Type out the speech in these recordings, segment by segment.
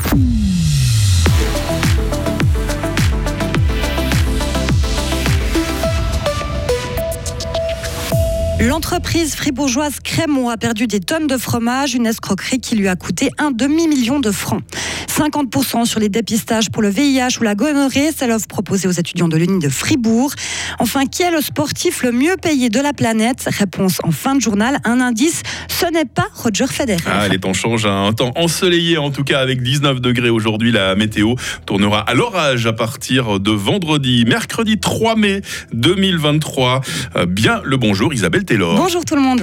L'entreprise fribourgeoise Crémaux a perdu des tonnes de fromage, une escroquerie qui lui a coûté un demi-million de francs. 50% sur les dépistages pour le VIH ou la gonorrhée, c'est l'offre proposée aux étudiants de l'Uni de Fribourg. Enfin, qui est le sportif le mieux payé de la planète ? Réponse en fin de journal, un indice, ce n'est pas Roger Federer. Les temps changent, un temps ensoleillé en tout cas avec 19 degrés aujourd'hui. La météo tournera à l'orage à partir de vendredi, mercredi 3 mai 2023. Bien le bonjour Isabelle Taylor. Bonjour tout le monde.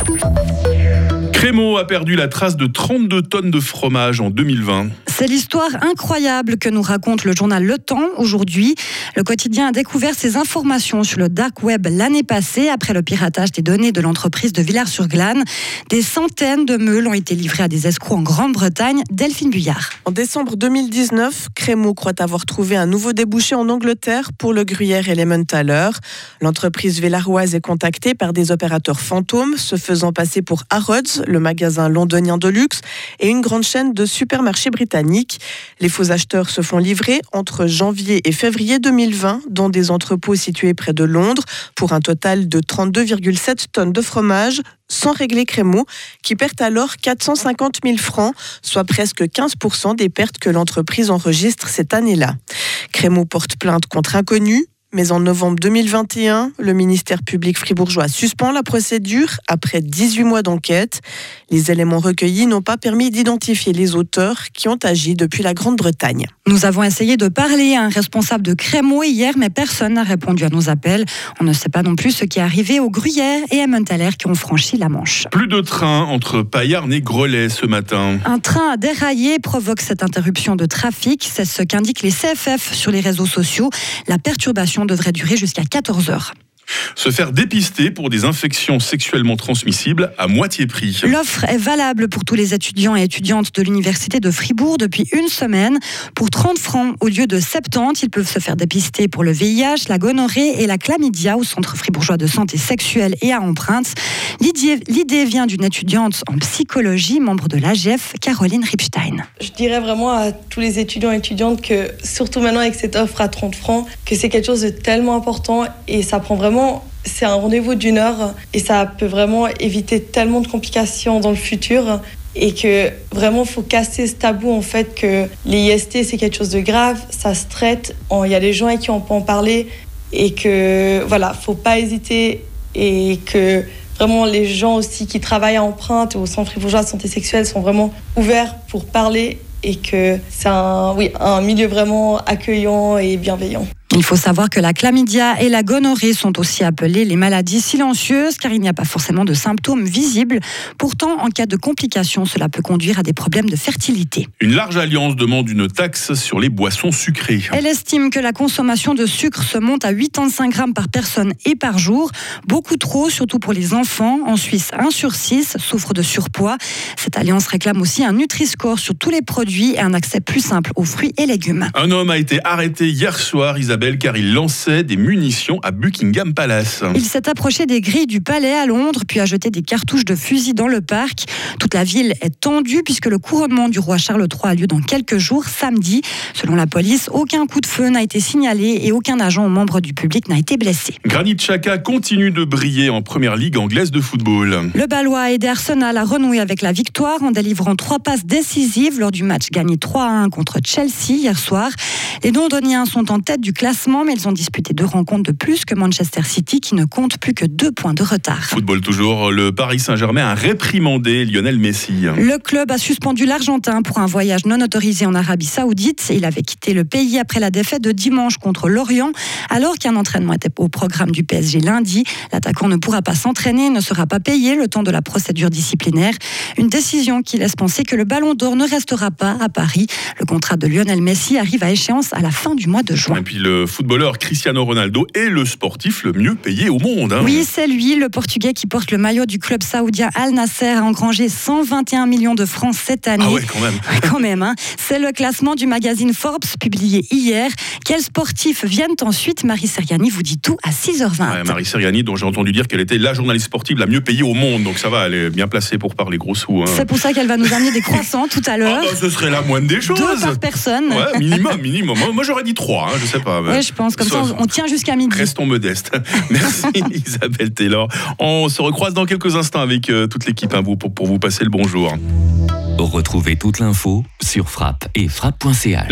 Crémaux a perdu la trace de 32 tonnes de fromage en 2020. C'est l'histoire incroyable que nous raconte le journal Le Temps aujourd'hui. Le quotidien a découvert ces informations sur le dark web l'année passée après le piratage des données de l'entreprise de Villars-sur-Glâne. Des centaines de meules ont été livrées à des escrocs en Grande-Bretagne. Delphine Buyard. En décembre 2019, Crémaux croit avoir trouvé un nouveau débouché en Angleterre pour le gruyère Elementaler. L'entreprise villaroise est contactée par des opérateurs fantômes se faisant passer pour Harrods, le magasin londonien de luxe, et une grande chaîne de supermarchés britanniques. Les faux acheteurs se font livrer entre janvier et février 2020 dans des entrepôts situés près de Londres pour un total de 32,7 tonnes de fromage, sans régler Crémaux, qui perd alors 450 000 francs, soit presque 15% des pertes que l'entreprise enregistre cette année-là. Crémaux porte plainte contre inconnu. Mais en novembre 2021, le ministère public fribourgeois suspend la procédure après 18 mois d'enquête. Les éléments recueillis n'ont pas permis d'identifier les auteurs qui ont agi depuis la Grande-Bretagne. Nous avons essayé de parler à un responsable de Crémaux hier, mais personne n'a répondu à nos appels. On ne sait pas non plus ce qui est arrivé aux Gruyère et Emmentaler qui ont franchi la Manche. Plus de train entre Payarn et Grelais ce matin. Un train a déraillé, provoque cette interruption de trafic. C'est ce qu'indiquent les CFF sur les réseaux sociaux. La perturbation devrait durer jusqu'à 14 heures. Se faire dépister pour des infections sexuellement transmissibles à moitié prix. L'offre est valable pour tous les étudiants et étudiantes de l'Université de Fribourg depuis une semaine. Pour 30 francs au lieu de 70, ils peuvent se faire dépister pour le VIH, la gonorrhée et la chlamydia au Centre fribourgeois de santé sexuelle et à empreintes. L'idée vient d'une étudiante en psychologie, membre de l'AGF, Caroline Ripstein. Je dirais vraiment à tous les étudiants et étudiantes que, surtout maintenant avec cette offre à 30 francs, que c'est quelque chose de tellement important et ça prend vraiment. C'est un rendez-vous d'1 heure et ça peut vraiment éviter tellement de complications dans le futur et que vraiment il faut casser ce tabou en fait que les IST c'est quelque chose de grave, ça se traite, il y a des gens à qui on peut en parler et que voilà, faut pas hésiter et que vraiment les gens aussi qui travaillent à Empreinte ou au Centre fribourgeois de santé sexuelle sont vraiment ouverts pour parler et que c'est un milieu vraiment accueillant et bienveillant. Il faut savoir que la chlamydia et la gonorrhée sont aussi appelées les maladies silencieuses car il n'y a pas forcément de symptômes visibles. Pourtant, en cas de complications, cela peut conduire à des problèmes de fertilité. Une large alliance demande une taxe sur les boissons sucrées. Elle estime que la consommation de sucre se monte à 85 grammes par personne et par jour. Beaucoup trop, surtout pour les enfants. En Suisse, 1 sur 6 souffre de surpoids. Cette alliance réclame aussi un Nutri-Score sur tous les produits et un accès plus simple aux fruits et légumes. Un homme a été arrêté hier soir, Isabelle, car il lançait des munitions à Buckingham Palace. Il s'est approché des grilles du palais à Londres, puis a jeté des cartouches de fusil dans le parc. Toute la ville est tendue puisque le couronnement du roi Charles III a lieu dans quelques jours, samedi. Selon la police, aucun coup de feu n'a été signalé et aucun agent ou membre du public n'a été blessé. Granit Xhaka continue de briller en première ligue anglaise de football. Le Balois a aidé Arsenal à renouer avec la victoire en délivrant 3 passes décisives lors du match gagné 3-1 contre Chelsea hier soir. Les Londoniens sont en tête du classement, mais ils ont disputé 2 rencontres de plus que Manchester City qui ne compte plus que 2 points de retard. Football toujours, le Paris Saint-Germain a réprimandé Lionel Messi. Le club a suspendu l'Argentin pour un voyage non autorisé en Arabie Saoudite. Il avait quitté le pays après la défaite de dimanche contre Lorient, alors qu'un entraînement était au programme du PSG lundi. L'attaquant ne pourra pas s'entraîner, ne sera pas payé le temps de la procédure disciplinaire. Une décision qui laisse penser que le Ballon d'Or ne restera pas à Paris. Le contrat de Lionel Messi arrive à échéance à la fin du mois de juin. Et puis le le footballeur Cristiano Ronaldo est le sportif le mieux payé au monde. Oui, c'est lui, le Portugais qui porte le maillot du club saoudien Al Nasser, a engrangé 121 millions de francs cette année. Ah ouais, quand même. Quand même, C'est le classement du magazine Forbes publié hier. Quels sportifs viennent ensuite? Marie Seriani vous dit tout à 6h20. Ouais, Marie Seriani, dont j'ai entendu dire qu'elle était la journaliste sportive la mieux payée au monde. Donc ça va, elle est bien placée pour parler gros sous. C'est pour ça qu'elle va nous amener des croissants tout à l'heure. Ce serait la moindre des choses. 2 par personne. Ouais, minimum. Moi j'aurais dit 3, je sais pas. Oui, je pense. Comme ça, on tient jusqu'à midi. Restons modestes. Merci Isabelle Taylor. On se recroise dans quelques instants avec toute l'équipe pour vous passer le bonjour. Retrouvez toute l'info sur Frappe et frappe.ch.